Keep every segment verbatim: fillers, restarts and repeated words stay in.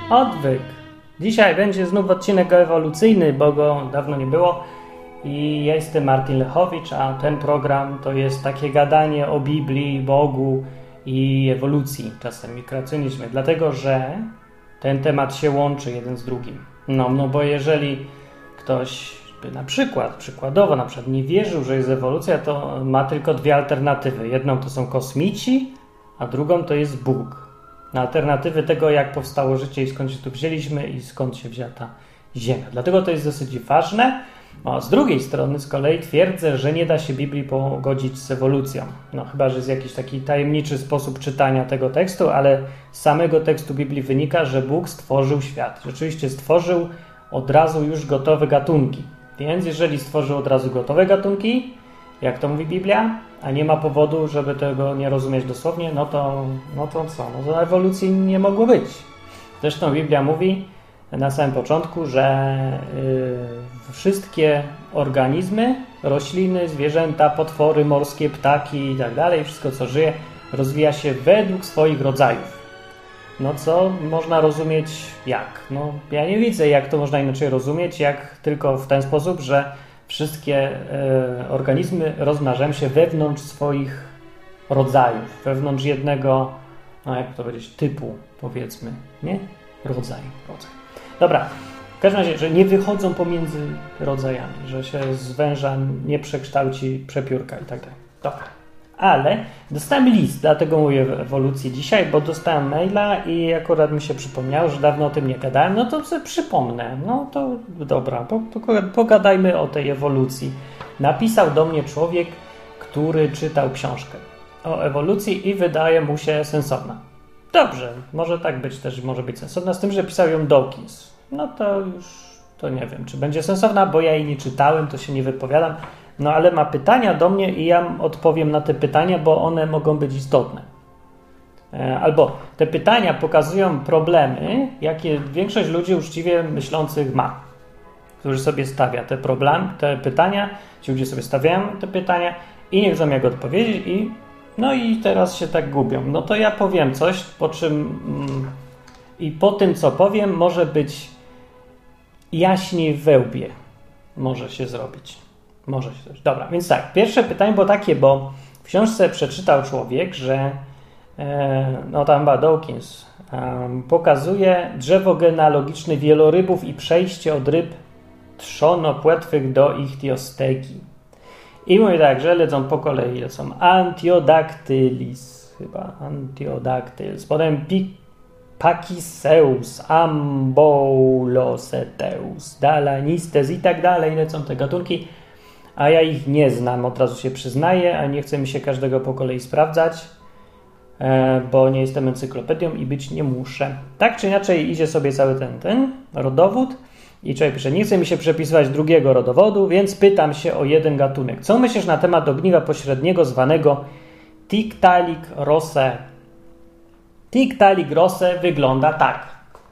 Odwyk. Dzisiaj będzie znów odcinek ewolucyjny, bo go dawno nie było. I ja jestem Martin Lechowicz, a ten program to jest takie gadanie o Biblii, Bogu i ewolucji, czasem i kreacjonizmie. Dlatego, że ten temat się łączy jeden z drugim. No, no bo jeżeli ktoś by na przykład, przykładowo na przykład nie wierzył, że jest ewolucja, to ma tylko dwie alternatywy. Jedną to są kosmici, a drugą to jest Bóg. Na alternatywy tego, jak powstało życie i skąd się tu wzięliśmy i skąd się wzięła ta Ziemia. Dlatego to jest dosyć ważne. A z drugiej strony z kolei twierdzę, że nie da się Biblii pogodzić z ewolucją. No chyba, że jest jakiś taki tajemniczy sposób czytania tego tekstu, ale z samego tekstu Biblii wynika, że Bóg stworzył świat. Rzeczywiście stworzył od razu już gotowe gatunki. Więc jeżeli stworzył od razu gotowe gatunki, jak to mówi Biblia, a nie ma powodu, żeby tego nie rozumieć dosłownie, no to, no to co? No to ewolucji nie mogło być. Zresztą Biblia mówi na samym początku, że yy, wszystkie organizmy, rośliny, zwierzęta, potwory morskie, ptaki i tak dalej, wszystko co żyje, rozwija się według swoich rodzajów. No co można rozumieć jak? No ja nie widzę, jak to można inaczej rozumieć, jak tylko w ten sposób, że wszystkie e, organizmy rozmnażają się wewnątrz swoich rodzajów, wewnątrz jednego, no jak to powiedzieć, typu, powiedzmy, nie? Rodzaj, rodzaj. Dobra, w każdym razie, że nie wychodzą pomiędzy rodzajami, że się z węża nie przekształci przepiórka i tak dalej. Dobra. Ale dostałem list, dlatego mówię o ewolucji dzisiaj, bo dostałem maila i akurat mi się przypomniało, że dawno o tym nie gadałem, no to sobie przypomnę. No to dobra, po, po, pogadajmy o tej ewolucji. Napisał do mnie człowiek, który czytał książkę o ewolucji i wydaje mu się sensowna. Dobrze, może tak być też, może być sensowna, z tym, że pisał ją Dawkins. No to już, to nie wiem, czy będzie sensowna, bo ja jej nie czytałem, to się nie wypowiadam. No ale ma pytania do mnie i ja odpowiem na te pytania, bo one mogą być istotne. Albo te pytania pokazują problemy, jakie większość ludzi uczciwie myślących ma, którzy sobie stawia te problemy, te pytania, ci ludzie sobie stawiają te pytania i nie chcą jak odpowiedzieć i no i teraz się tak gubią. No to ja powiem coś, po czym mm, i po tym, co powiem, może być jaśniej we łbie. Może się zrobić. Może się coś. Dobra, więc tak, pierwsze pytanie było takie, bo w książce przeczytał człowiek, że e, no tam chyba Dawkins e, pokazuje drzewo genealogiczne wielorybów i przejście od ryb trzonopłetwych do ichthyostegi. I mówi tak, że lecą po kolei, lecą Antiodactylis, chyba Antiodactyls, potem Pi- Pachyceus, Ambulocetus, Dalanistes i tak dalej, lecą te gatunki. A ja ich nie znam, od razu się przyznaję, a nie chce mi się każdego po kolei sprawdzać, bo nie jestem encyklopedią i być nie muszę. Tak czy inaczej idzie sobie cały ten, ten rodowód i człowiek pisze, nie chce mi się przepisywać drugiego rodowodu, więc pytam się o jeden gatunek. Co myślisz na temat ogniwa pośredniego zwanego Tiktaalik rosae? Tiktaalik rosae wygląda tak.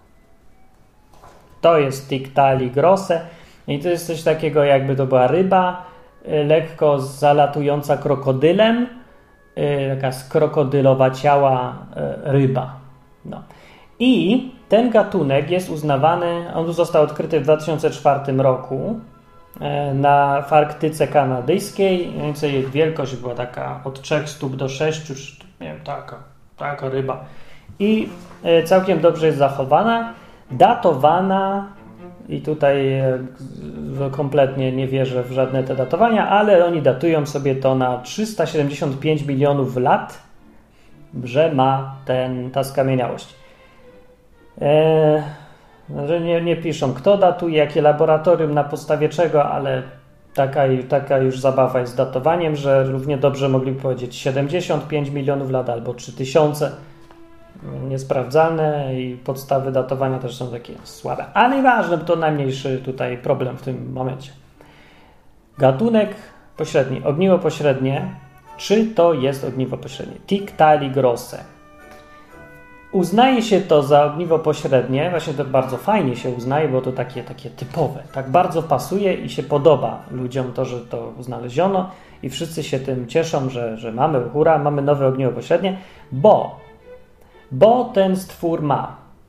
To jest Tiktaalik rosae i to jest coś takiego, jakby to była ryba, lekko zalatująca krokodylem, taka skrokodylowaciała ryba. No. I ten gatunek jest uznawany, on został odkryty w dwa tysiące czwartym roku na w Arktyce kanadyjskiej. Mniej więcej wielkość była taka od trzech stóp do sześciu, nie wiem, taka, taka ryba. I całkiem dobrze jest zachowana, datowana. I tutaj kompletnie nie wierzę w żadne te datowania, ale oni datują sobie to na trzysta siedemdziesiąt pięć milionów lat, że ma ten, ta skamieniałość. Eee, nie, nie piszą, kto datuje, jakie laboratorium, na podstawie czego, ale taka, taka już zabawa jest z datowaniem, że równie dobrze mogliby powiedzieć siedemdziesiąt pięć milionów lat albo trzy tysiące. Niesprawdzalne i podstawy datowania też są takie słabe. Ale nieważne, bo to najmniejszy tutaj problem w tym momencie. Gatunek pośredni, ogniwo pośrednie. Czy to jest ogniwo pośrednie? Tiktaalik rosae. Uznaje się to za ogniwo pośrednie, właśnie to bardzo fajnie się uznaje, bo to takie, takie typowe. Tak bardzo pasuje i się podoba ludziom to, że to znaleziono i wszyscy się tym cieszą, że, że mamy, hura, mamy nowe ogniwo pośrednie, bo Bo ten stwór ma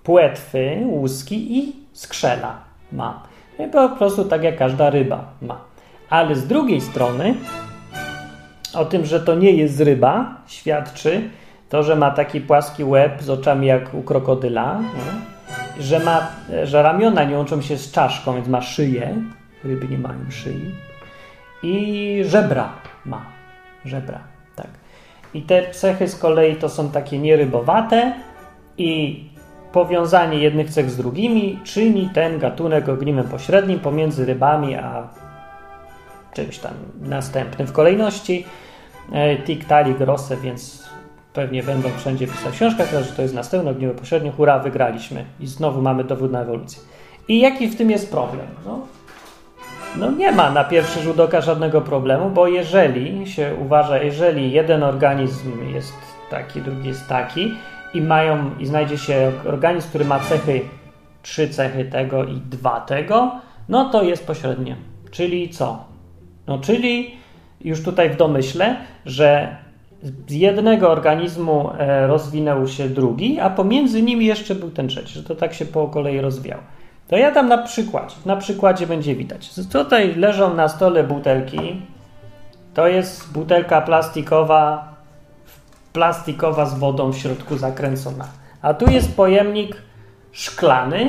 płetwy, łuski i skrzela ma. I po prostu tak jak każda ryba ma. Ale z drugiej strony o tym, że to nie jest ryba, świadczy to, że ma taki płaski łeb z oczami jak u krokodyla, nie? Że ma, że ramiona nie łączą się z czaszką, więc ma szyję. Ryby nie mają szyi. I żebra ma. Żebra, tak. I te cechy z kolei to są takie nierybowate i powiązanie jednych cech z drugimi czyni ten gatunek ogniwem pośrednim pomiędzy rybami a czymś tam następnym w kolejności. Tiktaalik, Grosse, więc pewnie będą wszędzie pisać w książkach, że to jest następne ogniwo pośrednie. Hurra, wygraliśmy. I znowu mamy dowód na ewolucję. I jaki w tym jest problem? No, no nie ma na pierwszy rzut oka żadnego problemu, bo jeżeli się uważa, jeżeli jeden organizm jest taki, drugi jest taki i mają, i znajdzie się organizm, który ma cechy, trzy cechy tego i dwa tego, no to jest pośrednie. Czyli co? No czyli już tutaj w domyśle, że z jednego organizmu rozwinął się drugi, a pomiędzy nimi jeszcze był ten trzeci, że to tak się po kolei rozwijało. To ja dam na przykładzie. Na przykładzie będzie widać. Tutaj leżą na stole butelki. To jest butelka plastikowa, plastikowa z wodą w środku zakręcona. A tu jest pojemnik szklany,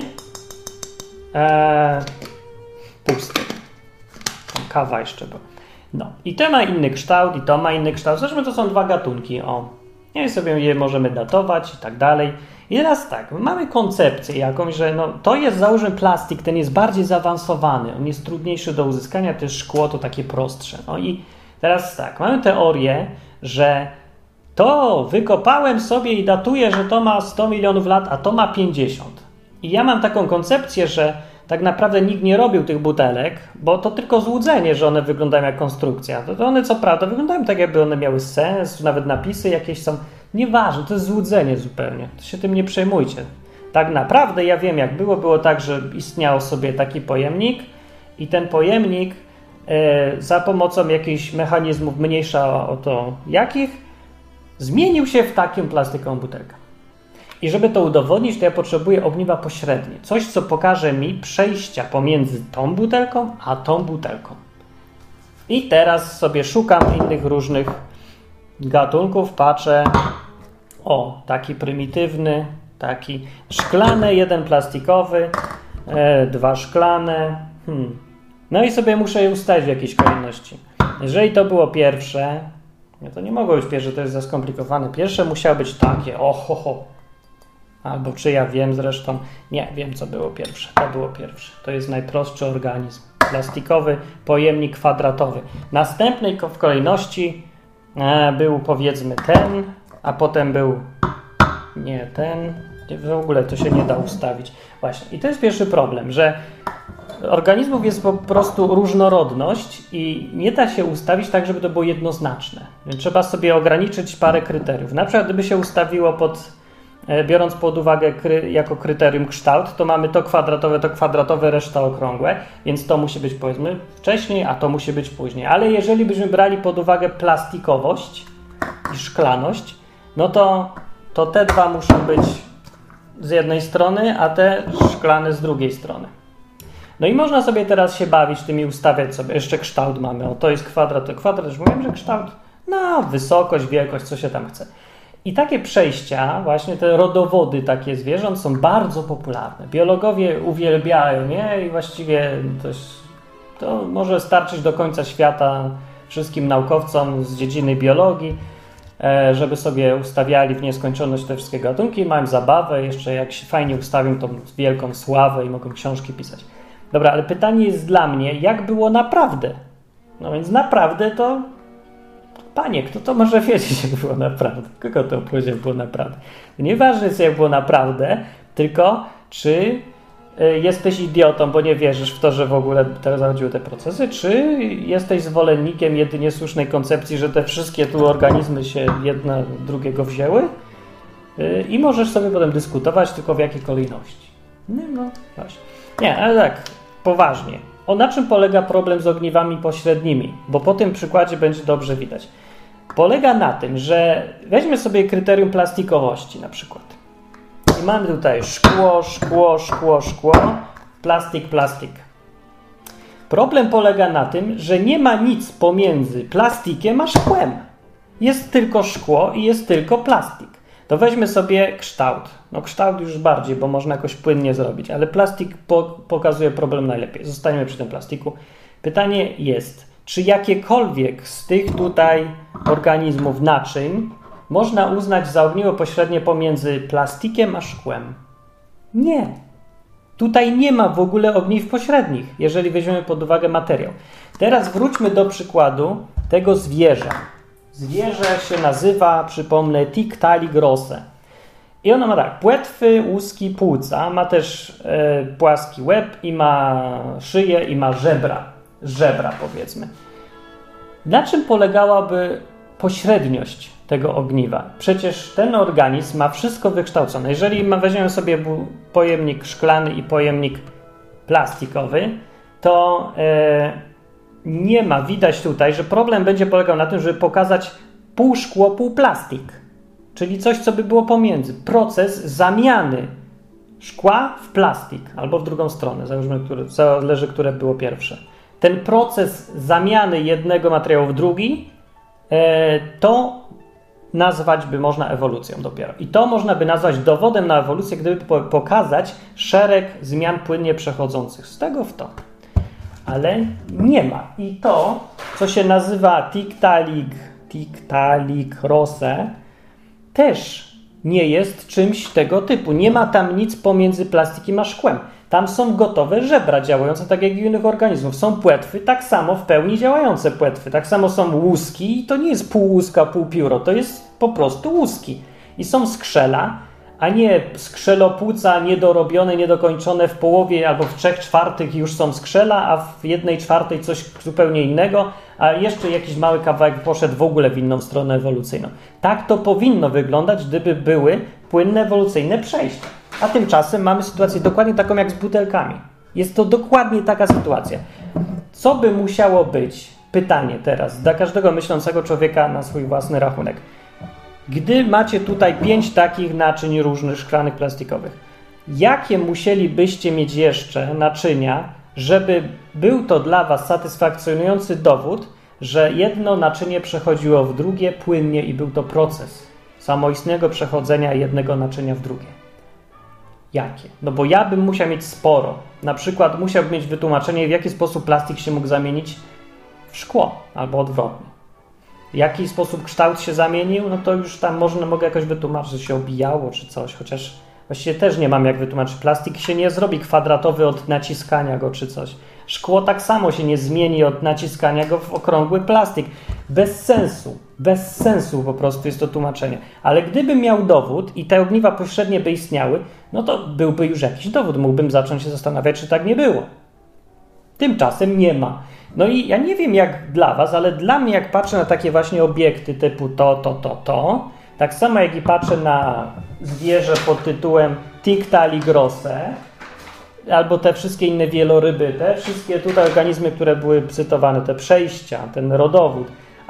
e, pusty. Tam kawa jeszcze była. No i to ma inny kształt i to ma inny kształt. Zresztą to są dwa gatunki. O, i sobie je możemy datować i tak dalej. I teraz tak, mamy koncepcję jakąś, że no, to jest, załóżmy, plastik, ten jest bardziej zaawansowany, on jest trudniejszy do uzyskania, to jest szkło, to takie prostsze. No i teraz tak, mamy teorię, że to wykopałem sobie i datuję, że to ma sto milionów lat, a to ma pięćdziesiąt. I ja mam taką koncepcję, że tak naprawdę nikt nie robił tych butelek, bo to tylko złudzenie, że one wyglądają jak konstrukcja. To, to one co prawda wyglądają tak, jakby one miały sens, nawet napisy jakieś są. Nieważne, to jest złudzenie zupełnie. To się tym nie przejmujcie. Tak naprawdę ja wiem, jak było. Było tak, że istniał sobie taki pojemnik i ten pojemnik e, za pomocą jakichś mechanizmów, mniejsza o to jakich, zmienił się w taką plastikową butelkę. I żeby to udowodnić, to ja potrzebuję ogniwa pośrednie. Coś, co pokaże mi przejścia pomiędzy tą butelką a tą butelką. I teraz sobie szukam innych różnych gatunków, patrzę. O, taki prymitywny, taki szklany, jeden plastikowy, e, dwa szklane. Hmm. No i sobie muszę je ustawić w jakiejś kolejności. Jeżeli to było pierwsze, no to nie mogło być pierwsze, to jest za skomplikowane. Pierwsze musiało być takie, oho, ho. Albo czy ja wiem zresztą, nie, wiem co było pierwsze, to było pierwsze. To jest najprostszy organizm, plastikowy pojemnik kwadratowy. Następnej w kolejności e, był powiedzmy ten, a potem był nie ten, w ogóle to się nie da ustawić. Właśnie, i to jest pierwszy problem, że organizmów jest po prostu różnorodność i nie da się ustawić tak, żeby to było jednoznaczne. Więc trzeba sobie ograniczyć parę kryteriów. Na przykład gdyby się ustawiło pod, biorąc pod uwagę kry, jako kryterium kształt, to mamy to kwadratowe, to kwadratowe, reszta okrągłe, więc to musi być powiedzmy wcześniej, a to musi być później. Ale jeżeli byśmy brali pod uwagę plastikowość i szklaność, no to, to te dwa muszą być z jednej strony, a te szklane z drugiej strony. No i można sobie teraz się bawić tym i ustawiać sobie. Jeszcze kształt mamy. O, to jest kwadrat, to kwadrat. Już mówiłem, że kształt, no wysokość, wielkość, co się tam chce. I takie przejścia, właśnie te rodowody takie zwierząt są bardzo popularne. Biologowie uwielbiają, nie? I właściwie to, to może starczyć do końca świata wszystkim naukowcom z dziedziny biologii, żeby sobie ustawiali w nieskończoność te wszystkie gatunki. Mają zabawę, jeszcze jak się fajnie ustawią, to wielką sławę i mogą książki pisać. Dobra, ale pytanie jest dla mnie, jak było naprawdę? No więc naprawdę to... Panie, kto to może wiedzieć, jak było naprawdę? Kogo to obchodzi, jak było naprawdę? Nieważne jest, jak było naprawdę, tylko czy jesteś idiotą, bo nie wierzysz w to, że w ogóle teraz zachodziły te procesy, czy jesteś zwolennikiem jedynie słusznej koncepcji, że te wszystkie tu organizmy się jedna drugiego wzięły i możesz sobie potem dyskutować tylko w jakiej kolejności. No, no właśnie. Nie, ale tak, poważnie. O na czym polega problem z ogniwami pośrednimi? Bo po tym przykładzie będzie dobrze widać. Polega na tym, że weźmy sobie kryterium plastikowości na przykład. I mamy tutaj szkło, szkło, szkło, szkło, plastik, plastik. Problem polega na tym, że nie ma nic pomiędzy plastikiem a szkłem. Jest tylko szkło i jest tylko plastik. To weźmy sobie kształt. No kształt już bardziej, bo można jakoś płynnie zrobić, ale plastik po, pokazuje problem najlepiej. Zostańmy przy tym plastiku. Pytanie jest, czy jakiekolwiek z tych tutaj organizmów, naczyń można uznać za ogniwo pośrednie pomiędzy plastikiem a szkłem? Nie. Tutaj nie ma w ogóle ogniw pośrednich, jeżeli weźmiemy pod uwagę materiał. Teraz wróćmy do przykładu tego zwierza. Zwierzę się nazywa, przypomnę, Tiktaalik rosse. I ono ma tak, płetwy, łuski, płuca, ma też e, płaski łeb i ma szyję i ma żebra. Żebra, powiedzmy. Na czym polegałaby pośredniość tego ogniwa? Przecież ten organizm ma wszystko wykształcone. Jeżeli weźmiemy sobie pojemnik szklany i pojemnik plastikowy, to e, nie ma, widać tutaj, że problem będzie polegał na tym, żeby pokazać pół szkło, pół plastik. Czyli coś, co by było pomiędzy. Proces zamiany szkła w plastik, albo w drugą stronę, załóżmy, który, zależy, które było pierwsze. Ten proces zamiany jednego materiału w drugi, e, to nazwać by można ewolucją dopiero. I to można by nazwać dowodem na ewolucję, gdyby po- pokazać szereg zmian płynnie przechodzących z tego w to. Ale nie ma. I to, co się nazywa Tiktaalik, Tiktaalik rosse, też nie jest czymś tego typu. Nie ma tam nic pomiędzy plastikiem a szkłem. Tam są gotowe żebra działające tak jak i innych organizmów. Są płetwy, tak samo w pełni działające płetwy. Tak samo są łuski i to nie jest pół łuska, pół pióro. To jest po prostu łuski. I są skrzela, a nie skrzelopłuca niedorobione, niedokończone w połowie albo w trzech czwartych już są skrzela, a w jednej czwartej coś zupełnie innego, a jeszcze jakiś mały kawałek poszedł w ogóle w inną stronę ewolucyjną. Tak to powinno wyglądać, gdyby były płynne ewolucyjne przejścia. A tymczasem mamy sytuację dokładnie taką jak z butelkami. Jest to dokładnie taka sytuacja. Co by musiało być? Pytanie teraz dla każdego myślącego człowieka na swój własny rachunek. Gdy macie tutaj pięć takich naczyń różnych, szklanych, plastikowych, jakie musielibyście mieć jeszcze naczynia, żeby był to dla was satysfakcjonujący dowód, że jedno naczynie przechodziło w drugie płynnie i był to proces samoistnego przechodzenia jednego naczynia w drugie? Jakie? No bo ja bym musiał mieć sporo. Na przykład musiałbym mieć wytłumaczenie, w jaki sposób plastik się mógł zamienić w szkło, albo odwrotnie. W jaki sposób kształt się zamienił, no to już tam można, mogę jakoś wytłumaczyć, że się obijało czy coś, chociaż właściwie też nie mam jak wytłumaczyć. Plastik się nie zrobi kwadratowy od naciskania go czy coś. Szkło tak samo się nie zmieni od naciskania go w okrągły plastik. Bez sensu. Bez sensu po prostu jest to tłumaczenie. Ale gdybym miał dowód i te ogniwa pośrednie by istniały, no to byłby już jakiś dowód. Mógłbym zacząć się zastanawiać, czy tak nie było. Tymczasem nie ma. No i ja nie wiem jak dla was, ale dla mnie jak patrzę na takie właśnie obiekty typu to, to, to, to, tak samo jak i patrzę na zwierzę pod tytułem Tiktaalik rosse, albo te wszystkie inne wieloryby, te wszystkie tutaj organizmy, które były cytowane, te przejścia, ten rodowód,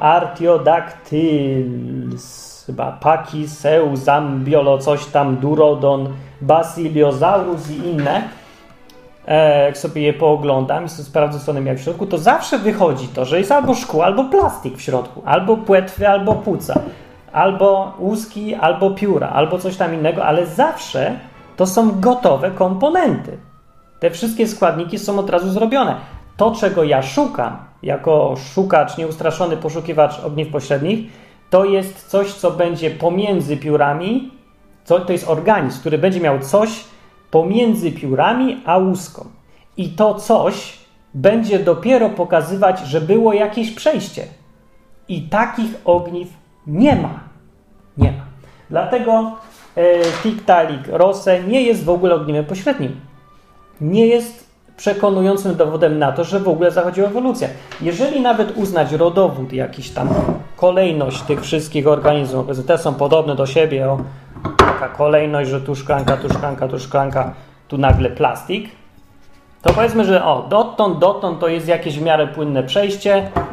Artiodactyls, chyba Pachyceus, Zambiolo, coś tam, Durodon, Basiliosaurus i inne, e, jak sobie je pooglądam i sprawdzę, co one miały w środku, to zawsze wychodzi to, że jest albo szkło, albo plastik w środku, albo płetwy, albo płuca, albo łuski, albo pióra, albo coś tam innego, ale zawsze to są gotowe komponenty. Te wszystkie składniki są od razu zrobione. To, czego ja szukam, jako szukacz, nieustraszony poszukiwacz ogniw pośrednich, to jest coś, co będzie pomiędzy piórami, co, to jest organizm, który będzie miał coś pomiędzy piórami a łuską. I to coś będzie dopiero pokazywać, że było jakieś przejście. I takich ogniw nie ma. Nie ma. Dlatego e, Tiktaalik rosse nie jest w ogóle ogniwem pośrednim. Nie jest przekonującym dowodem na to, że w ogóle zachodziła ewolucja. Jeżeli nawet uznać rodowód, jakiś tam kolejność tych wszystkich organizmów, że te są podobne do siebie, o, taka kolejność, że tu szklanka, tu szklanka, tu szklanka, tu nagle plastik, to powiedzmy, że o, dotąd, dotąd to jest jakieś w miarę płynne przejście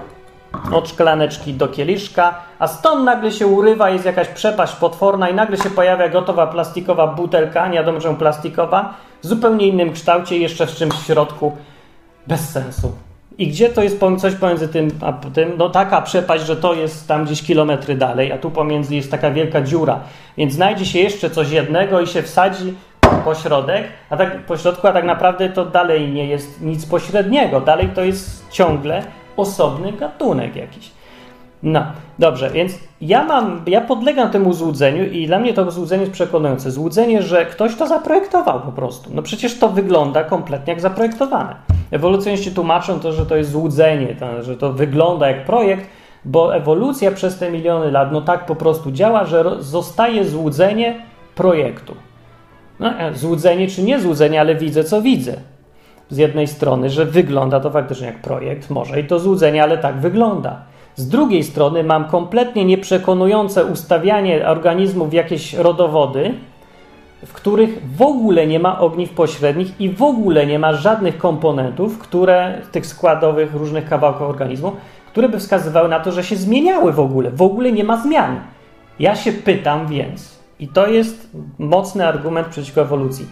od szklaneczki do kieliszka, a stąd nagle się urywa, jest jakaś przepaść potworna i nagle się pojawia gotowa plastikowa butelka, nie wiadomo czemu plastikowa, w zupełnie innym kształcie, jeszcze z czymś w środku. Bez sensu. I gdzie to jest coś pomiędzy tym a tym? No taka przepaść, że to jest tam gdzieś kilometry dalej, a tu pomiędzy jest taka wielka dziura. Więc znajdzie się jeszcze coś jednego i się wsadzi po środek, a tak po środku, a tak naprawdę to dalej nie jest nic pośredniego. Dalej to jest ciągle osobny gatunek jakiś. No, dobrze, więc ja mam, ja podlegam temu złudzeniu i dla mnie to złudzenie jest przekonujące. Złudzenie, że ktoś to zaprojektował po prostu. No przecież to wygląda kompletnie jak zaprojektowane. Ewolucjoniści tłumaczą to, że to jest złudzenie, to, że to wygląda jak projekt, bo ewolucja przez te miliony lat no tak po prostu działa, że zostaje złudzenie projektu. No, złudzenie czy nie złudzenie, ale widzę co widzę. Z jednej strony, że wygląda to faktycznie jak projekt, może i to złudzenie, ale tak wygląda. Z drugiej strony mam kompletnie nieprzekonujące ustawianie organizmów w jakieś rodowody, w których w ogóle nie ma ogniw pośrednich i w ogóle nie ma żadnych komponentów, które tych składowych różnych kawałków organizmu, które by wskazywały na to, że się zmieniały w ogóle. W ogóle nie ma zmian. Ja się pytam więc, i to jest mocny argument przeciwko ewolucji,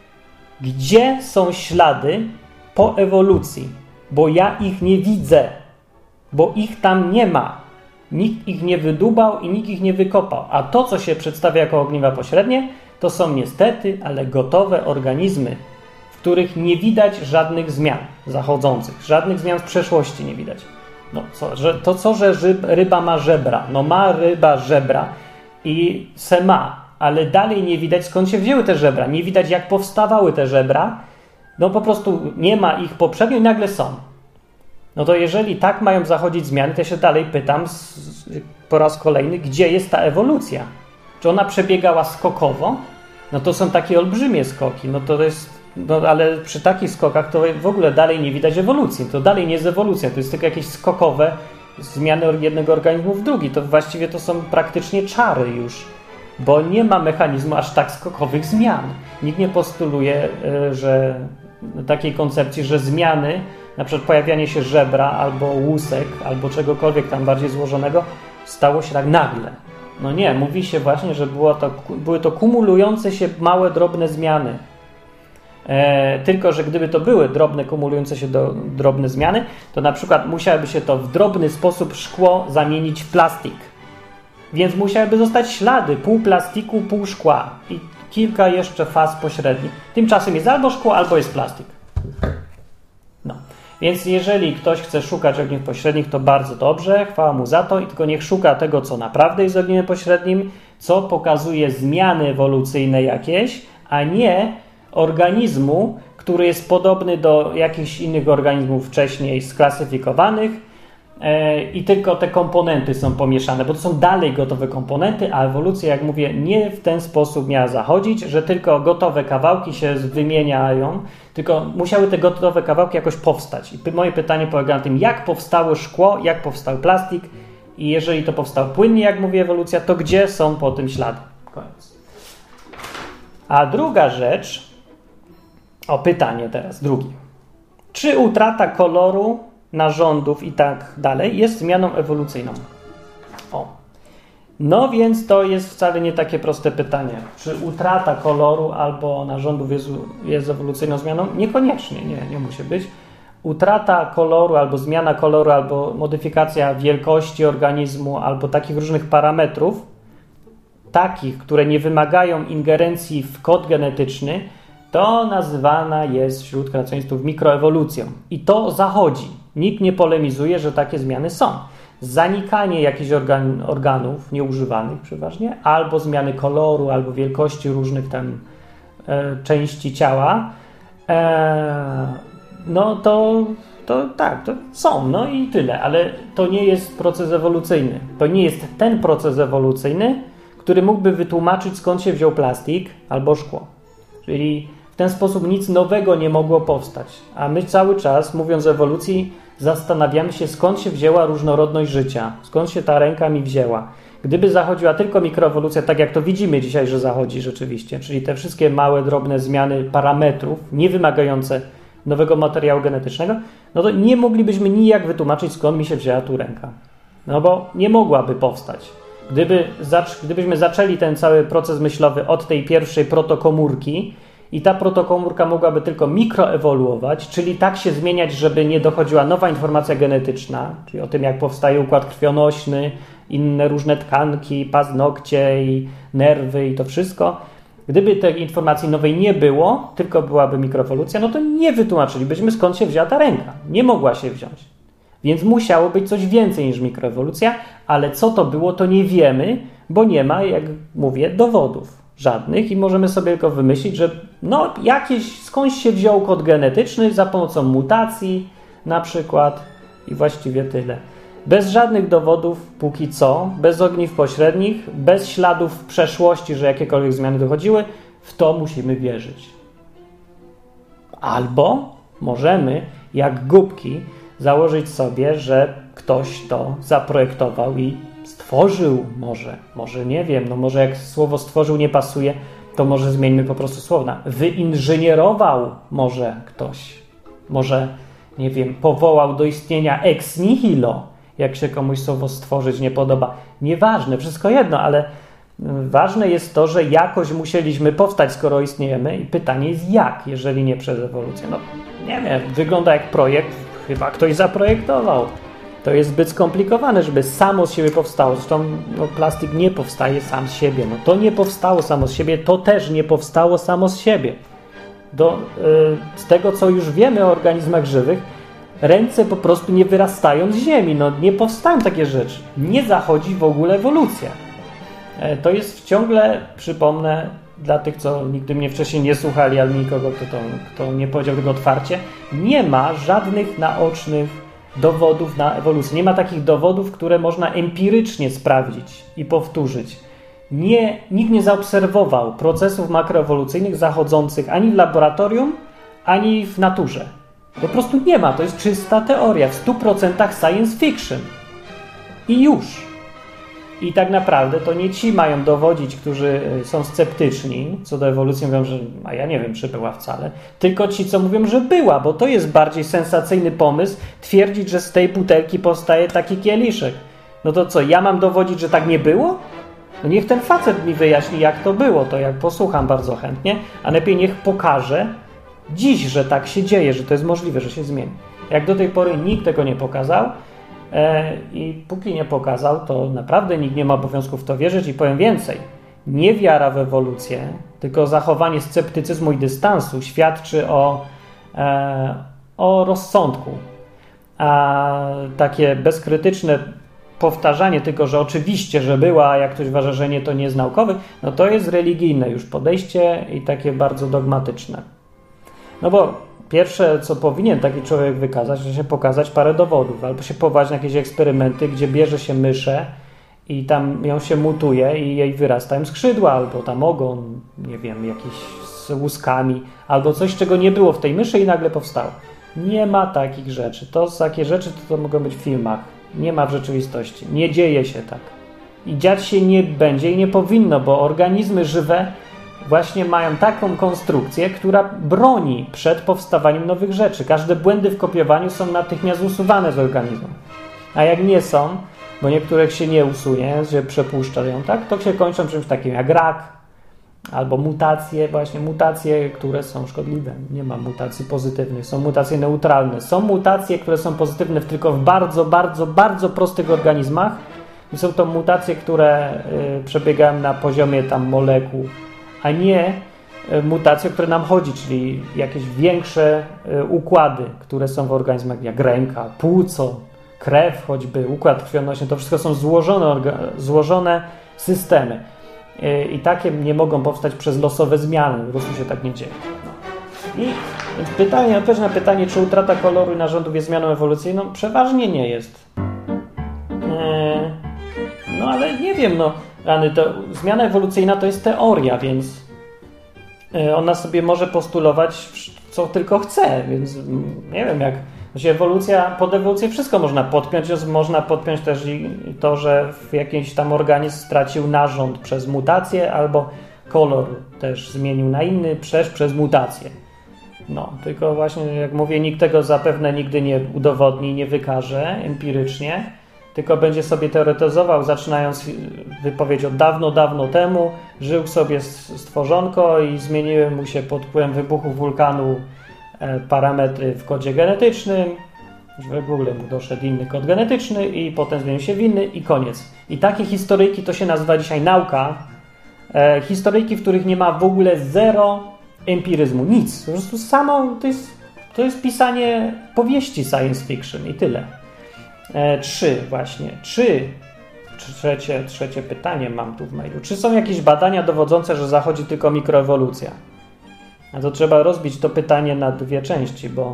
gdzie są ślady po ewolucji? Bo ja ich nie widzę, bo ich tam nie ma. Nikt ich nie wydubał i nikt ich nie wykopał. A to, co się przedstawia jako ogniwa pośrednie, to są niestety, ale gotowe organizmy, w których nie widać żadnych zmian zachodzących, żadnych zmian z przeszłości nie widać. No, co, że, to co, że ryba ma żebra? No ma ryba żebra i se ma, ale dalej nie widać, skąd się wzięły te żebra. Nie widać, jak powstawały te żebra. No po prostu nie ma ich poprzednio i nagle są. No to jeżeli tak mają zachodzić zmiany, to ja się dalej pytam z, z, po raz kolejny, gdzie jest ta ewolucja? Czy ona przebiegała skokowo? No to są takie olbrzymie skoki, no to jest, no ale przy takich skokach to w ogóle dalej nie widać ewolucji. To dalej nie jest ewolucja, to jest tylko jakieś skokowe zmiany jednego organizmu w drugi. To właściwie to są praktycznie czary już, bo nie ma mechanizmu aż tak skokowych zmian. Nikt nie postuluje, że takiej koncepcji, że zmiany, na przykład pojawianie się żebra albo łusek, albo czegokolwiek tam bardziej złożonego, stało się tak nagle. No nie, mówi się właśnie, że było to, były to kumulujące się małe, drobne zmiany. E, tylko, że gdyby to były drobne, kumulujące się do, drobne zmiany, to na przykład musiałoby się to w drobny sposób szkło zamienić w plastik. Więc musiałyby zostać ślady, pół plastiku, pół szkła i kilka jeszcze faz pośrednich. Tymczasem jest albo szkło, albo jest plastik. No. Więc jeżeli ktoś chce szukać ogniw pośrednich, to bardzo dobrze, chwała mu za to, i tylko niech szuka tego, co naprawdę jest ogniem pośrednim, co pokazuje zmiany ewolucyjne jakieś, a nie organizmu, który jest podobny do jakichś innych organizmów wcześniej sklasyfikowanych yy, i tylko te komponenty są pomieszane, bo to są dalej gotowe komponenty, a ewolucja, jak mówię, nie w ten sposób miała zachodzić, że tylko gotowe kawałki się wymieniają, tylko musiały te gotowe kawałki jakoś powstać. I moje pytanie polega na tym, jak powstało szkło, jak powstał plastik i jeżeli to powstało płynnie, jak mówi ewolucja, to gdzie są po tym ślady? Koniec. A druga rzecz, o pytanie teraz, drugi. Czy utrata koloru, narządów i tak dalej jest zmianą ewolucyjną? O. No więc to jest wcale nie takie proste pytanie. Czy utrata koloru albo narządów jest, jest ewolucyjną zmianą? Niekoniecznie, nie, nie musi być. Utrata koloru albo zmiana koloru, albo modyfikacja wielkości organizmu, albo takich różnych parametrów, takich, które nie wymagają ingerencji w kod genetyczny, to nazywana jest wśród kreacjonistów mikroewolucją. I to zachodzi. Nikt nie polemizuje, że takie zmiany są. Zanikanie jakichś organ, organów nieużywanych przeważnie, albo zmiany koloru, albo wielkości różnych tam e, części ciała, e, no to, to tak, to są, no i tyle, ale to nie jest proces ewolucyjny. To nie jest ten proces ewolucyjny, który mógłby wytłumaczyć, skąd się wziął plastik albo szkło. Czyli w ten sposób nic nowego nie mogło powstać. A my cały czas, mówiąc o ewolucji, zastanawiamy się, skąd się wzięła różnorodność życia, skąd się ta ręka mi wzięła. Gdyby zachodziła tylko mikroewolucja, tak jak to widzimy dzisiaj, że zachodzi rzeczywiście, czyli te wszystkie małe, drobne zmiany parametrów, nie wymagające nowego materiału genetycznego, no to nie moglibyśmy nijak wytłumaczyć, skąd mi się wzięła tu ręka. No bo nie mogłaby powstać. Gdyby zac- gdybyśmy zaczęli ten cały proces myślowy od tej pierwszej protokomórki i ta protokomórka mogłaby tylko mikroewoluować, czyli tak się zmieniać, żeby nie dochodziła nowa informacja genetyczna, czyli o tym, jak powstaje układ krwionośny, inne różne tkanki, paznokcie i nerwy i to wszystko. Gdyby tej informacji nowej nie było, tylko byłaby mikroewolucja, no to nie wytłumaczylibyśmy, skąd się wzięła ta ręka. Nie mogła się wziąć. Więc musiało być coś więcej niż mikroewolucja, ale co to było, to nie wiemy, bo nie ma, jak mówię, dowodów żadnych i możemy sobie tylko wymyślić, że no jakieś, skądś się wziął kod genetyczny za pomocą mutacji na przykład i właściwie tyle. Bez żadnych dowodów póki co, bez ogniw pośrednich, bez śladów w przeszłości, że jakiekolwiek zmiany dochodziły, w to musimy wierzyć. Albo możemy, jak głupki, założyć sobie, że ktoś to zaprojektował i stworzył może, może nie wiem, no może jak słowo stworzył nie pasuje, to może zmieńmy po prostu słowna. Wyinżynierował może ktoś, może, nie wiem, powołał do istnienia ex nihilo, jak się komuś słowo stworzyć nie podoba. Nieważne, wszystko jedno, ale ważne jest to, że jakoś musieliśmy powstać, skoro istniejemy i pytanie jest jak, jeżeli nie przez ewolucję. No nie wiem, wygląda jak projekt, chyba ktoś zaprojektował. To jest zbyt skomplikowane, żeby samo z siebie powstało. Zresztą no, plastik nie powstaje sam z siebie. No, to nie powstało samo z siebie, to też nie powstało samo z siebie. Do, yy, z tego, co już wiemy o organizmach żywych, ręce po prostu nie wyrastają z ziemi. No, nie powstają takie rzeczy. Nie zachodzi w ogóle ewolucja. E, to jest ciągle, przypomnę, dla tych, co nigdy mnie wcześniej nie słuchali, ale nikogo, kto, to, kto nie powiedział tego otwarcie, nie ma żadnych naocznych dowodów na ewolucję. Nie ma takich dowodów, które można empirycznie sprawdzić i powtórzyć. Nie, nikt nie zaobserwował procesów makroewolucyjnych zachodzących ani w laboratorium, ani w naturze. Po prostu nie ma. To jest czysta teoria, w stu procentach science fiction. I już. I tak naprawdę to nie ci mają dowodzić, którzy są sceptyczni co do ewolucji, mówią, że a ja nie wiem, czy była wcale, tylko ci, co mówią, że była, bo to jest bardziej sensacyjny pomysł twierdzić, że z tej butelki powstaje taki kieliszek. No to co, ja mam dowodzić, że tak nie było? No niech ten facet mi wyjaśni, jak to było, to jak posłucham bardzo chętnie, a lepiej niech pokaże dziś, że tak się dzieje, że to jest możliwe, że się zmieni. Jak do tej pory nikt tego nie pokazał, i póki nie pokazał, to naprawdę nikt nie ma obowiązku w to wierzyć i powiem więcej. Nie wiara w ewolucję, tylko zachowanie sceptycyzmu i dystansu świadczy o, e, o rozsądku. A takie bezkrytyczne powtarzanie tylko, że oczywiście, że była, a jak ktoś uważa, że nie, to nie jest naukowy, no to jest religijne już podejście i takie bardzo dogmatyczne. No bo pierwsze, co powinien taki człowiek wykazać, to się pokazać parę dowodów, albo się powołać na jakieś eksperymenty, gdzie bierze się myszę i tam ją się mutuje i jej wyrastają skrzydła, albo tam ogon, nie wiem, jakiś z łuskami, albo coś, czego nie było w tej myszy i nagle powstało. Nie ma takich rzeczy. To takie rzeczy to, to mogą być w filmach. Nie ma w rzeczywistości. Nie dzieje się tak. I dziać się nie będzie i nie powinno, bo organizmy żywe właśnie mają taką konstrukcję, która broni przed powstawaniem nowych rzeczy. Każde błędy w kopiowaniu są natychmiast usuwane z organizmu. A jak nie są, bo niektórych się nie usunie, że przepuszcza ją, tak, to się kończą czymś takim jak rak, albo mutacje, właśnie mutacje, które są szkodliwe. Nie ma mutacji pozytywnych, są mutacje neutralne. Są mutacje, które są pozytywne tylko w bardzo, bardzo, bardzo prostych organizmach. I są to mutacje, które y, przebiegają na poziomie tam molekuł, a nie mutacje, o które nam chodzi, czyli jakieś większe układy, które są w organizmach, jak ręka, płuco, krew choćby, układ krwionośny, to wszystko są złożone, złożone systemy. I takie nie mogą powstać przez losowe zmiany, po prostu się tak nie dzieje. I więc pytanie, odpowiedź na pytanie, czy utrata koloru i narządów jest zmianą ewolucyjną? Przeważnie nie jest. No ale nie wiem, no Rany, to zmiana ewolucyjna to jest teoria, więc ona sobie może postulować, co tylko chce, więc nie wiem, jak ewolucja, pod ewolucję wszystko można podpiąć, można podpiąć też i to, że w jakiś tam organizm stracił narząd przez mutację, albo kolor też zmienił na inny, też przez mutację. No, tylko właśnie, jak mówię, nikt tego zapewne nigdy nie udowodni, nie wykaże empirycznie, tylko będzie sobie teoretyzował, zaczynając wypowiedź od dawno, dawno temu, żył sobie stworzonko i zmieniły mu się pod wpływem wybuchu wulkanu parametry w kodzie genetycznym, w ogóle mu doszedł inny kod genetyczny i potem zmienił się w inny i koniec. I takie historyjki to się nazywa dzisiaj nauka. E, historyjki, w których nie ma w ogóle zero empiryzmu, nic. Po prostu samo, to jest, to jest pisanie powieści science fiction i tyle. E, trzy właśnie. Czy, trzecie, trzecie pytanie mam tu w mailu. Czy są jakieś badania dowodzące, że zachodzi tylko mikroewolucja? A to trzeba rozbić to pytanie na dwie części, bo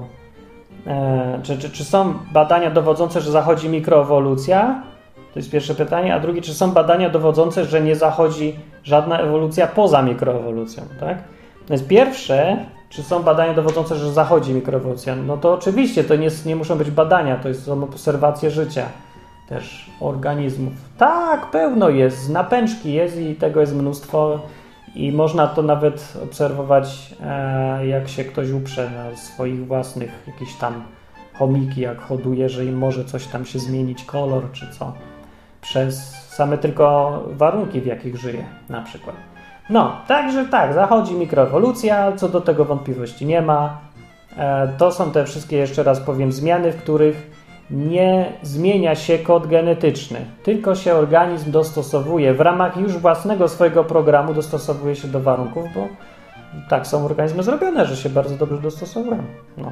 e, czy, czy, czy są badania dowodzące, że zachodzi mikroewolucja? To jest pierwsze pytanie. A drugie, czy są badania dowodzące, że nie zachodzi żadna ewolucja poza mikroewolucją? Tak? Więc pierwsze, czy są badania dowodzące, że zachodzi mikroewolucja? No to oczywiście, to nie, nie muszą być badania, to są obserwacje życia też organizmów. Tak, pełno jest, napęczki jest i tego jest mnóstwo. I można to nawet obserwować, e, jak się ktoś uprze na swoich własnych jakieś tam chomiki, jak hoduje, że im może coś tam się zmienić, kolor czy co, przez same tylko warunki, w jakich żyje na przykład. No, także tak, zachodzi mikroewolucja, co do tego wątpliwości nie ma. E, to są te wszystkie, jeszcze raz powiem, zmiany, w których nie zmienia się kod genetyczny, tylko się organizm dostosowuje w ramach już własnego swojego programu, dostosowuje się do warunków, bo tak są organizmy zrobione, że się bardzo dobrze dostosowują. No.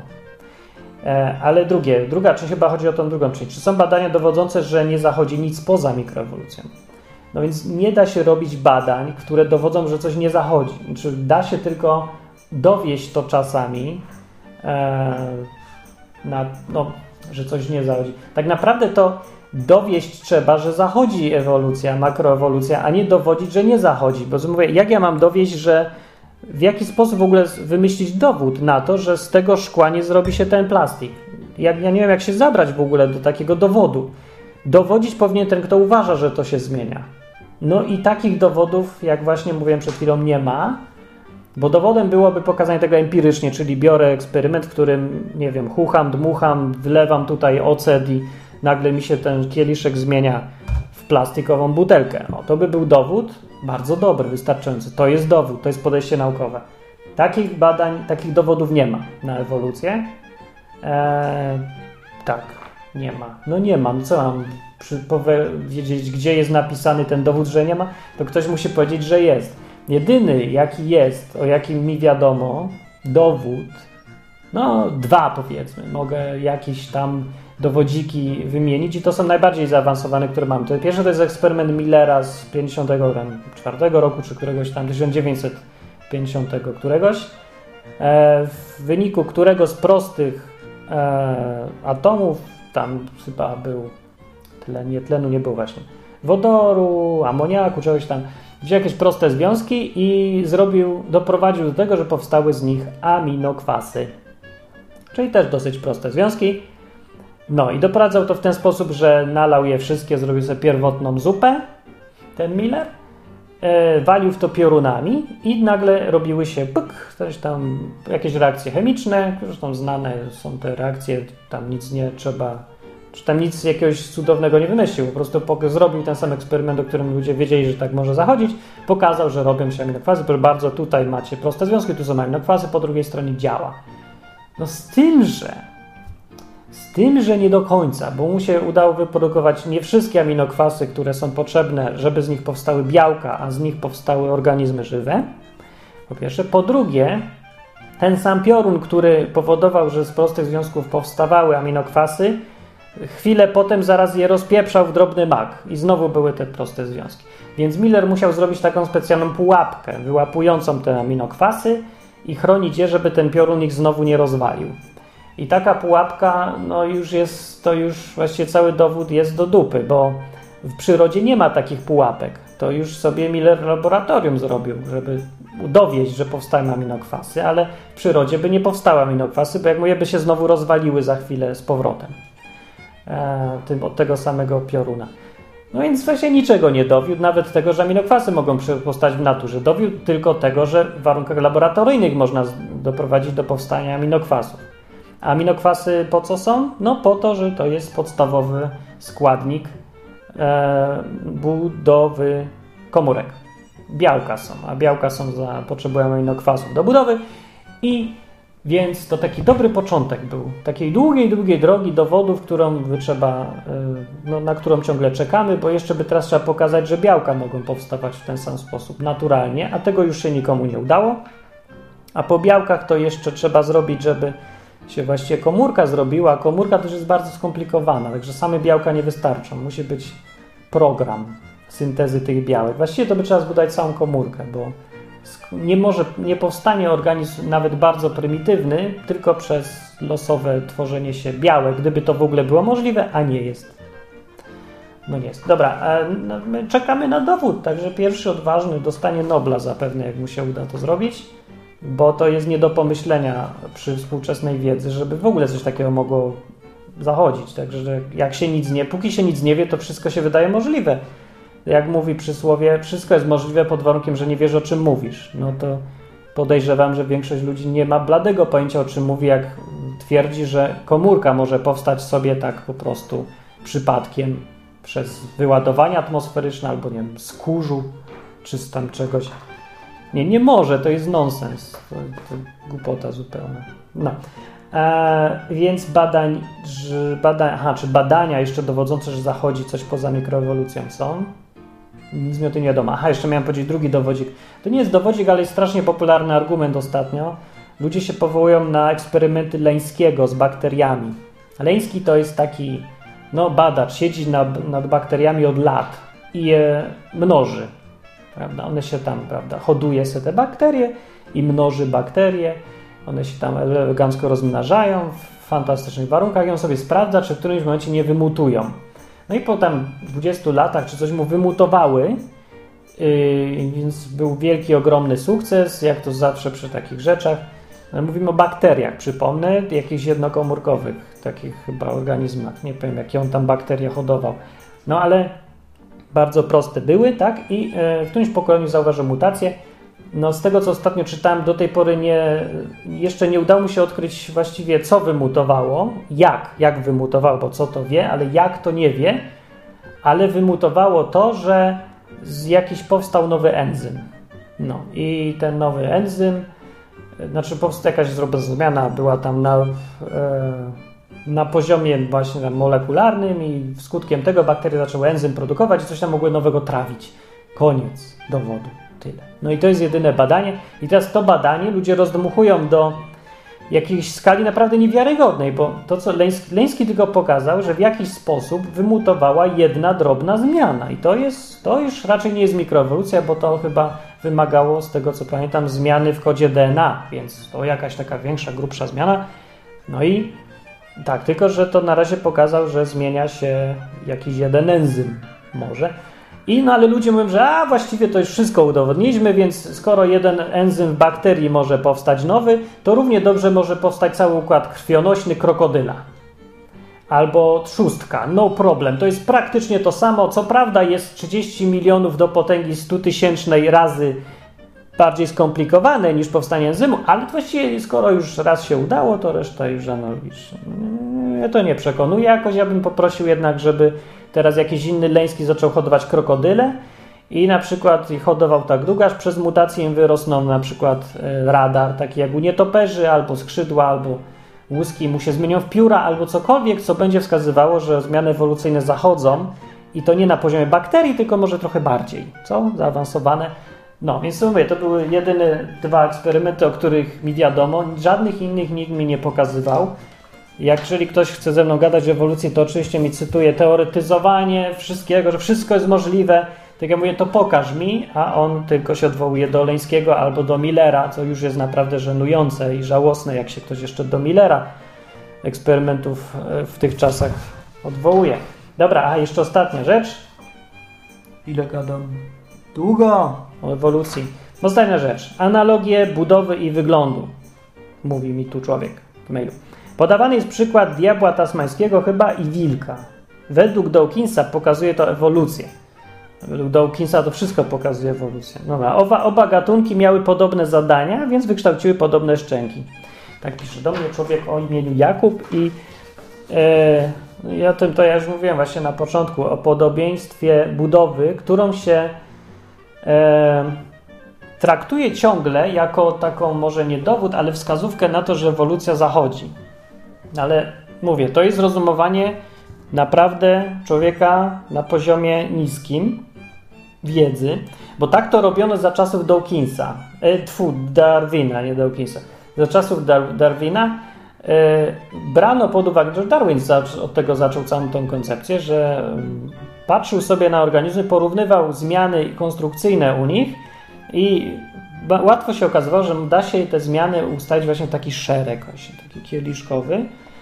E, ale drugie, druga, czy chyba chodzi o tą drugą część, czy są badania dowodzące, że nie zachodzi nic poza mikroewolucją? No więc nie da się robić badań, które dowodzą, że coś nie zachodzi. Znaczy, da się tylko dowieść to czasami e, na, no, że coś nie zachodzi. Tak naprawdę to dowieść trzeba, że zachodzi ewolucja, makroewolucja, a nie dowodzić, że nie zachodzi. Bo mówię, jak ja mam dowieść, że w jaki sposób w ogóle wymyślić dowód na to, że z tego szkła nie zrobi się ten plastik? Jak, ja nie wiem, jak się zabrać w ogóle do takiego dowodu. Dowodzić powinien ten, kto uważa, że to się zmienia. No i takich dowodów, jak właśnie mówiłem przed chwilą, nie ma. Bo dowodem byłoby pokazanie tego empirycznie, czyli biorę eksperyment, w którym, nie wiem, chucham, dmucham, wlewam tutaj ocet i nagle mi się ten kieliszek zmienia w plastikową butelkę. No, to by był dowód bardzo dobry, wystarczający. To jest dowód, to jest podejście naukowe. Takich badań, takich dowodów nie ma na ewolucję. Eee, tak, nie ma. No nie mam. Co mam przy, powiedzieć, gdzie jest napisany ten dowód, że nie ma? To ktoś musi powiedzieć, że jest. Jedyny, jaki jest, o jakim mi wiadomo, dowód, no dwa powiedzmy, mogę jakieś tam dowodziki wymienić i to są najbardziej zaawansowane, które mam. To pierwszy to jest eksperyment Millera z pięćdziesiątego czwartego roku, czy któregoś tam tysiąc dziewięćset pięćdziesiątego któregoś, e, w wyniku którego z prostych e, atomów, tam chyba był tlen, nie tlenu nie było właśnie, wodoru, amoniaku, czegoś tam, wziął jakieś proste związki i zrobił, doprowadził do tego, że powstały z nich aminokwasy. Czyli też dosyć proste związki. No i doprowadzał to w ten sposób, że nalał je wszystkie, zrobił sobie pierwotną zupę, ten Miller, e, walił w to piorunami i nagle robiły się pyk, coś tam, jakieś reakcje chemiczne, zresztą znane są te reakcje, tam nic nie trzeba, czy tam nic jakiegoś cudownego nie wymyślił, po prostu zrobił ten sam eksperyment, o którym ludzie wiedzieli, że tak może zachodzić, pokazał, że robią się aminokwasy, proszę bardzo, tutaj macie proste związki, tu są aminokwasy, po drugiej stronie działa. No z tym, że z tym, że nie do końca, bo mu się udało wyprodukować nie wszystkie aminokwasy, które są potrzebne, żeby z nich powstały białka, a z nich powstały organizmy żywe, po pierwsze. Po drugie, ten sam piorun, który powodował, że z prostych związków powstawały aminokwasy, chwilę potem zaraz je rozpieprzał w drobny mak i znowu były te proste związki. Więc Miller musiał zrobić taką specjalną pułapkę wyłapującą te aminokwasy i chronić je, żeby ten piorun ich znowu nie rozwalił. I taka pułapka, no już jest, to już właściwie cały dowód jest do dupy, bo w przyrodzie nie ma takich pułapek. To już sobie Miller laboratorium zrobił, żeby dowieść, że powstają aminokwasy, ale w przyrodzie by nie powstały aminokwasy, bo jak mówię, by się znowu rozwaliły za chwilę z powrotem. E, tym, od tego samego pioruna. No więc właśnie niczego nie dowiódł, nawet tego, że aminokwasy mogą powstać w naturze. Dowiódł tylko tego, że w warunkach laboratoryjnych można doprowadzić do powstania aminokwasów. A aminokwasy po co są? No po to, że to jest podstawowy składnik e, budowy komórek. Białka są, a białka są za, potrzebują aminokwasów do budowy i więc to taki dobry początek był takiej długiej, długiej drogi dowodów, którą trzeba, no, na którą ciągle czekamy, bo jeszcze by teraz trzeba pokazać, że białka mogą powstawać w ten sam sposób naturalnie, a tego już się nikomu nie udało. A po białkach to jeszcze trzeba zrobić, żeby się właściwie komórka zrobiła. Komórka też jest bardzo skomplikowana, także same białka nie wystarczą. Musi być program syntezy tych białek. Właściwie to by trzeba zbudować całą komórkę, bo nie może, nie powstanie organizm nawet bardzo prymitywny tylko przez losowe tworzenie się białek, gdyby to w ogóle było możliwe, a nie jest. No nie jest. Dobra, no my czekamy na dowód, także pierwszy odważny dostanie Nobla zapewne, jak mu się uda to zrobić, bo to jest nie do pomyślenia przy współczesnej wiedzy, żeby w ogóle coś takiego mogło zachodzić. Także jak się nic nie, póki się nic nie wie, to wszystko się wydaje możliwe. Jak mówi przysłowie, wszystko jest możliwe pod warunkiem, że nie wiesz, o czym mówisz. No to podejrzewam, że większość ludzi nie ma bladego pojęcia, o czym mówi, jak twierdzi, że komórka może powstać sobie tak po prostu przypadkiem przez wyładowanie atmosferyczne albo, nie wiem, z kurzu czy z tam czegoś. Nie, nie może, to jest nonsens. To, to głupota zupełna. No. E, więc badań, że badań, aha, czy badania jeszcze dowodzące, że zachodzi coś poza mikroewolucją są. Nic mi o tym nie wiadomo. Aha, jeszcze miałem powiedzieć drugi dowodzik. To nie jest dowodzik, ale jest strasznie popularny argument ostatnio. Ludzie się powołują na eksperymenty Leńskiego z bakteriami. Leński to jest taki, no badacz, siedzi nad, nad bakteriami od lat i je mnoży. Prawda? One się tam, prawda, hoduje sobie te bakterie i mnoży bakterie. One się tam elegancko rozmnażają w fantastycznych warunkach i on sobie sprawdza, czy w którymś momencie nie wymutują. No i po tam dwudziestu latach, czy coś mu wymutowały, yy, więc był wielki, ogromny sukces, jak to zawsze przy takich rzeczach. No, mówimy o bakteriach, przypomnę, jakichś jednokomórkowych, takich chyba organizmach. Nie wiem, jakie on tam bakterie hodował. No ale bardzo proste były, tak? I yy, w którymś pokoleniu zauważył mutację. No z tego, co ostatnio czytałem, do tej pory nie, jeszcze nie udało mu się odkryć właściwie, co wymutowało, jak, jak wymutowało, bo co to wie, ale jak to nie wie, ale wymutowało to, że z jakiś powstał nowy enzym. No i ten nowy enzym, znaczy powstała jakaś zmiana, była tam na, e, na poziomie właśnie tam molekularnym i skutkiem tego bakterie zaczęły enzym produkować i coś tam mogły nowego trawić. Koniec dowodu. Tyle. No i to jest jedyne badanie. I teraz to badanie ludzie rozdmuchują do jakiejś skali naprawdę niewiarygodnej, bo to, co Leński, Leński tylko pokazał, że w jakiś sposób wymutowała jedna drobna zmiana. I to jest, to już raczej nie jest mikroewolucja, bo to chyba wymagało, z tego co pamiętam, zmiany w kodzie D N A, więc to jakaś taka większa, grubsza zmiana. No i tak, tylko że to na razie pokazał, że zmienia się jakiś jeden enzym może. I no ale ludzie mówią, że a właściwie to już wszystko udowodniliśmy, więc skoro jeden enzym w bakterii może powstać nowy, to równie dobrze może powstać cały układ krwionośny krokodyla. Albo trzustka, no problem. To jest praktycznie to samo. Co prawda jest trzydzieści milionów do potęgi sto tysięcznej razy bardziej skomplikowane niż powstanie enzymu, ale właściwie skoro już raz się udało, to reszta już analogicznie. Mnie to nie przekonuje jakoś. Ja bym poprosił jednak, żeby teraz jakiś inny Leński zaczął hodować krokodyle i na przykład hodował tak długo, aż przez mutację im wyrosną na przykład radar, taki jak u nietoperzy, albo skrzydła, albo łuski mu się zmienią w pióra, albo cokolwiek, co będzie wskazywało, że zmiany ewolucyjne zachodzą i to nie na poziomie bakterii, tylko może trochę bardziej, co? Zaawansowane. No, więc mówię, to były jedyne dwa eksperymenty, o których mi wiadomo, żadnych innych nikt mi nie pokazywał. Jak jeżeli ktoś chce ze mną gadać o ewolucji, to oczywiście mi cytuje teoretyzowanie wszystkiego, że wszystko jest możliwe. Tak jak mówię, to pokaż mi, a on tylko się odwołuje do Leńskiego albo do Millera, co już jest naprawdę żenujące i żałosne, jak się ktoś jeszcze do Millera eksperymentów w tych czasach odwołuje. Dobra, a jeszcze ostatnia rzecz. Ile gadam? Długo o ewolucji. Ostatnia rzecz. Analogie budowy i wyglądu. Mówi mi tu człowiek w mailu. Podawany jest przykład diabła tasmańskiego chyba i wilka. Według Dawkinsa pokazuje to ewolucję. Według Dawkinsa to wszystko pokazuje ewolucję. Dobra, oba, oba gatunki miały podobne zadania, więc wykształciły podobne szczęki. Tak pisze do mnie człowiek o imieniu Jakub i e, i o tym to ja już mówiłem właśnie na początku, o podobieństwie budowy, którą się e, traktuje ciągle jako taką może nie dowód, ale wskazówkę na to, że ewolucja zachodzi. Ale mówię, to jest rozumowanie naprawdę człowieka na poziomie niskim wiedzy, bo tak to robiono za czasów Dawkinsa, e, tfu, Darwina, nie Dawkinsa. Za czasów Dar- Darwina e, brano pod uwagę, że Darwin zac- od tego zaczął całą tą koncepcję, że um, patrzył sobie na organizmy, porównywał zmiany konstrukcyjne u nich i ba- łatwo się okazywało, że da się te zmiany ustalić właśnie w taki szereg, właśnie taki kieliszkowy.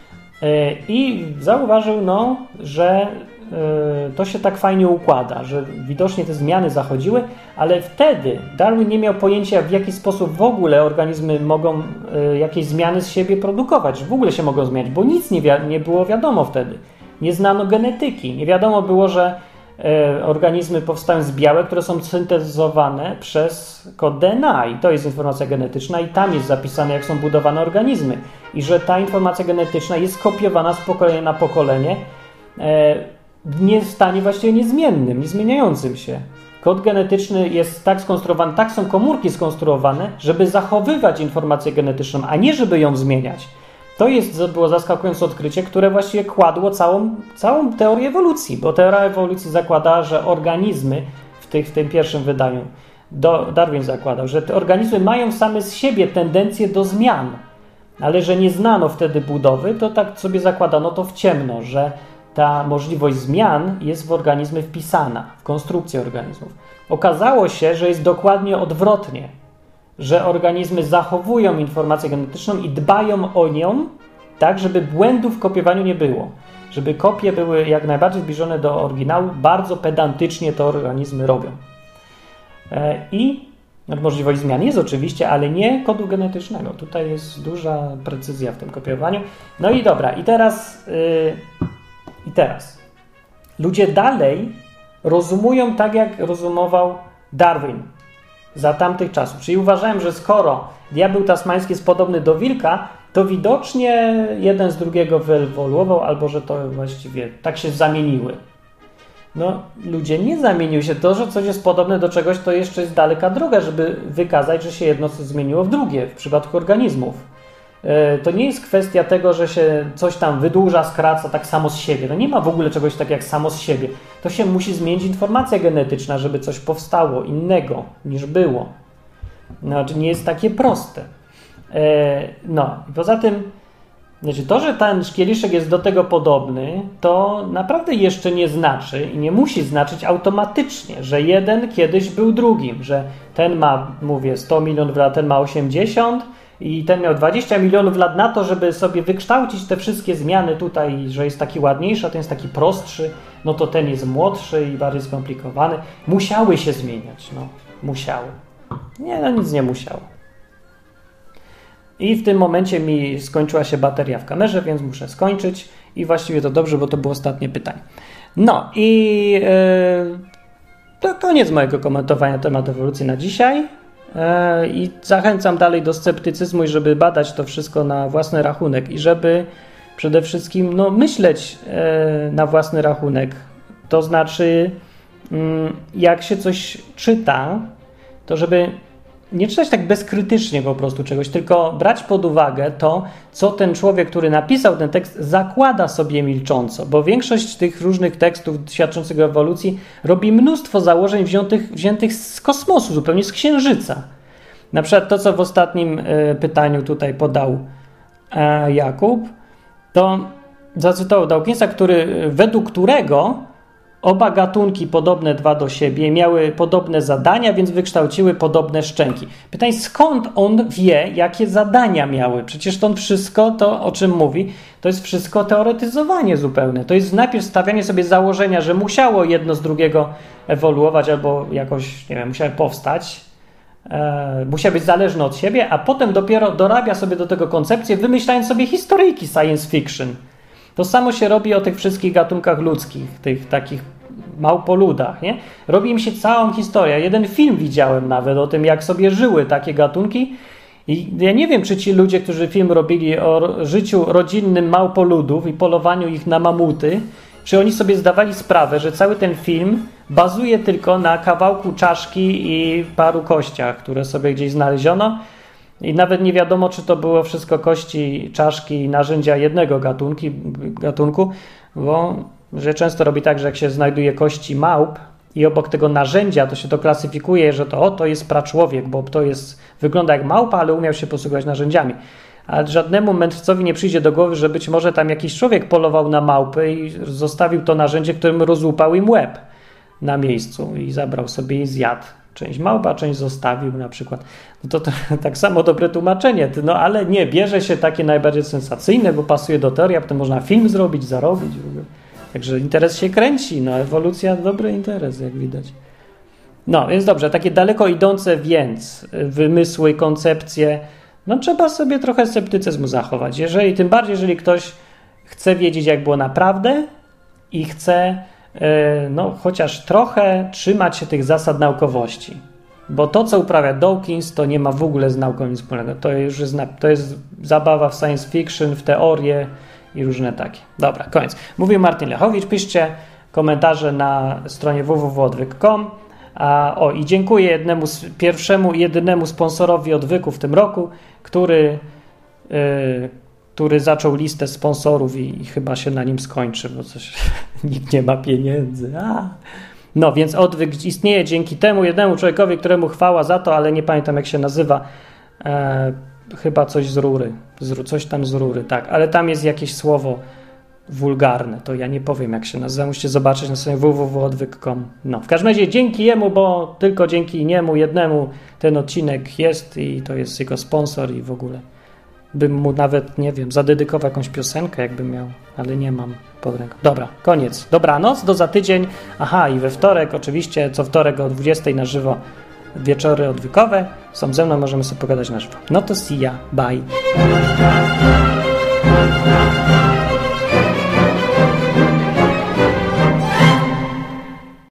I zauważył, no, że y, to się tak fajnie układa, że widocznie te zmiany zachodziły, ale wtedy Darwin nie miał pojęcia, w jaki sposób w ogóle organizmy mogą y, jakieś zmiany z siebie produkować, że w ogóle się mogą zmieniać, bo nic nie, wi- nie było wiadomo wtedy. Nie znano genetyki. Nie wiadomo było, że y, organizmy powstają z białek, które są syntezowane przez kod D N A i to jest informacja genetyczna i tam jest zapisane, jak są budowane organizmy. I że ta informacja genetyczna jest kopiowana z pokolenia na pokolenie e, w stanie właściwie niezmiennym, niezmieniającym się. Kod genetyczny jest tak skonstruowany, tak są komórki skonstruowane, żeby zachowywać informację genetyczną, a nie żeby ją zmieniać. To jest, było zaskakujące odkrycie, które właściwie kładło całą, całą teorię ewolucji, bo teoria ewolucji zakłada, że organizmy w, tych, w tym pierwszym wydaniu, do, Darwin zakładał, że te organizmy mają same z siebie tendencję do zmian. Ale że nie znano wtedy budowy, to tak sobie zakładano to w ciemno, że ta możliwość zmian jest w organizmy wpisana, w konstrukcję organizmów. Okazało się, że jest dokładnie odwrotnie, że organizmy zachowują informację genetyczną i dbają o nią tak, żeby błędów w kopiowaniu nie było. Żeby kopie były jak najbardziej zbliżone do oryginału, bardzo pedantycznie to organizmy robią. I możliwość zmian jest oczywiście, ale nie kodu genetycznego. Tutaj jest duża precyzja w tym kopiowaniu. No i dobra, i teraz yy, i teraz ludzie dalej rozumują tak, jak rozumował Darwin za tamtych czasów. Czyli uważałem, że skoro diabeł tasmański jest podobny do wilka, to widocznie jeden z drugiego wyewoluował, albo że to właściwie tak się zamieniły. No, ludzie nie zamieniły się. To, że coś jest podobne do czegoś, to jeszcze jest daleka droga, żeby wykazać, że się jedno coś zmieniło w drugie, w przypadku organizmów. To nie jest kwestia tego, że się coś tam wydłuża, skraca tak samo z siebie. No nie ma w ogóle czegoś tak jak samo z siebie. To się musi zmienić informacja genetyczna, żeby coś powstało innego niż było. Znaczy nie jest takie proste. No i poza tym Znaczy to, że ten kieliszek jest do tego podobny, to naprawdę jeszcze nie znaczy i nie musi znaczyć automatycznie, że jeden kiedyś był drugim, że ten ma, mówię, sto milionów lat, ten ma osiemdziesiąt i ten miał dwadzieścia milionów lat na to, żeby sobie wykształcić te wszystkie zmiany tutaj, że jest taki ładniejszy, a ten jest taki prostszy, no to ten jest młodszy i bardziej skomplikowany. Musiały się zmieniać, no, musiały. Nie, no nic nie musiało. I w tym momencie mi skończyła się bateria w kamerze, więc muszę skończyć i właściwie to dobrze, bo to było ostatnie pytanie. No i yy, to koniec mojego komentowania na temat ewolucji na dzisiaj yy, i zachęcam dalej do sceptycyzmu i żeby badać to wszystko na własny rachunek i żeby przede wszystkim no, myśleć yy, na własny rachunek. To znaczy yy, jak się coś czyta, to żeby nie czytać tak bezkrytycznie po prostu czegoś, tylko brać pod uwagę to, co ten człowiek, który napisał ten tekst, zakłada sobie milcząco, bo większość tych różnych tekstów świadczących o ewolucji robi mnóstwo założeń wziętych, wziętych z kosmosu, zupełnie z księżyca. Na przykład to, co w ostatnim y, pytaniu tutaj podał e, Jakub, to zacytował Dawkinsa, który, według którego oba gatunki podobne dwa do siebie miały podobne zadania, więc wykształciły podobne szczęki. Pytanie, skąd on wie, jakie zadania miały? Przecież to wszystko, to o czym mówi, to jest wszystko teoretyzowanie zupełne. To jest najpierw stawianie sobie założenia, że musiało jedno z drugiego ewoluować albo jakoś, nie wiem, musiały powstać, e, musiały być zależne od siebie, a potem dopiero dorabia sobie do tego koncepcję, wymyślając sobie historyjki science fiction. To samo się robi o tych wszystkich gatunkach ludzkich, tych takich małpoludach, nie? Robi im się całą historię. Jeden film widziałem nawet o tym, jak sobie żyły takie gatunki i ja nie wiem, czy ci ludzie, którzy film robili o życiu rodzinnym małpoludów i polowaniu ich na mamuty, czy oni sobie zdawali sprawę, że cały ten film bazuje tylko na kawałku czaszki i paru kościach, które sobie gdzieś znaleziono i nawet nie wiadomo, czy to było wszystko kości, czaszki i narzędzia jednego gatunki, gatunku, bo że często robi tak, że jak się znajduje kości małp i obok tego narzędzia, to się to klasyfikuje, że to o, to jest praczłowiek, bo to jest, wygląda jak małpa, ale umiał się posługiwać narzędziami. Ale żadnemu mędrcowi nie przyjdzie do głowy, że być może tam jakiś człowiek polował na małpy i zostawił to narzędzie, którym rozłupał im łeb na miejscu i zabrał sobie i zjadł. Część małpa, część zostawił na przykład. No to, to tak samo dobre tłumaczenie, no ale nie, bierze się takie najbardziej sensacyjne, bo pasuje do teorii, a potem można film zrobić, zarobić w ogóle. Także interes się kręci, no ewolucja dobry interes, jak widać. No, więc dobrze, takie daleko idące więc wymysły, koncepcje, no trzeba sobie trochę sceptycyzmu zachować. Jeżeli, tym bardziej, jeżeli ktoś chce wiedzieć, jak było naprawdę i chce no, chociaż trochę trzymać się tych zasad naukowości. Bo to, co uprawia Dawkins, to nie ma w ogóle z nauką nic wspólnego. To już jest, to jest zabawa w science fiction, w teorie i różne takie. Dobra, koniec. Mówił Martin Lechowicz. Piszcie komentarze na stronie w w w kropka odwyk kropka com. A, o, i dziękuję jednemu, pierwszemu i jedynemu sponsorowi Odwyku w tym roku, który, yy, który zaczął listę sponsorów i, i chyba się na nim skończy, bo coś nikt nie ma pieniędzy. A. No, więc Odwyk istnieje dzięki temu jednemu człowiekowi, któremu chwała za to, ale nie pamiętam, jak się nazywa. E, chyba coś z rury. Z, coś tam z rury, tak. Ale tam jest jakieś słowo wulgarne. To ja nie powiem, jak się nazywa. Musicie zobaczyć na stronie w w w kropka odwyk kropka com. No, w każdym razie dzięki jemu, bo tylko dzięki niemu jednemu ten odcinek jest i to jest jego sponsor i w ogóle bym mu nawet, nie wiem, zadedykował jakąś piosenkę, jakbym miał, ale nie mam pod ręką. Dobra, koniec. Dobranoc, do za tydzień. Aha, i we wtorek, oczywiście, co wtorek o dwudziestej na żywo wieczory odwykowe. Są ze mną, możemy sobie pogadać na żywo. No to see ya, bye.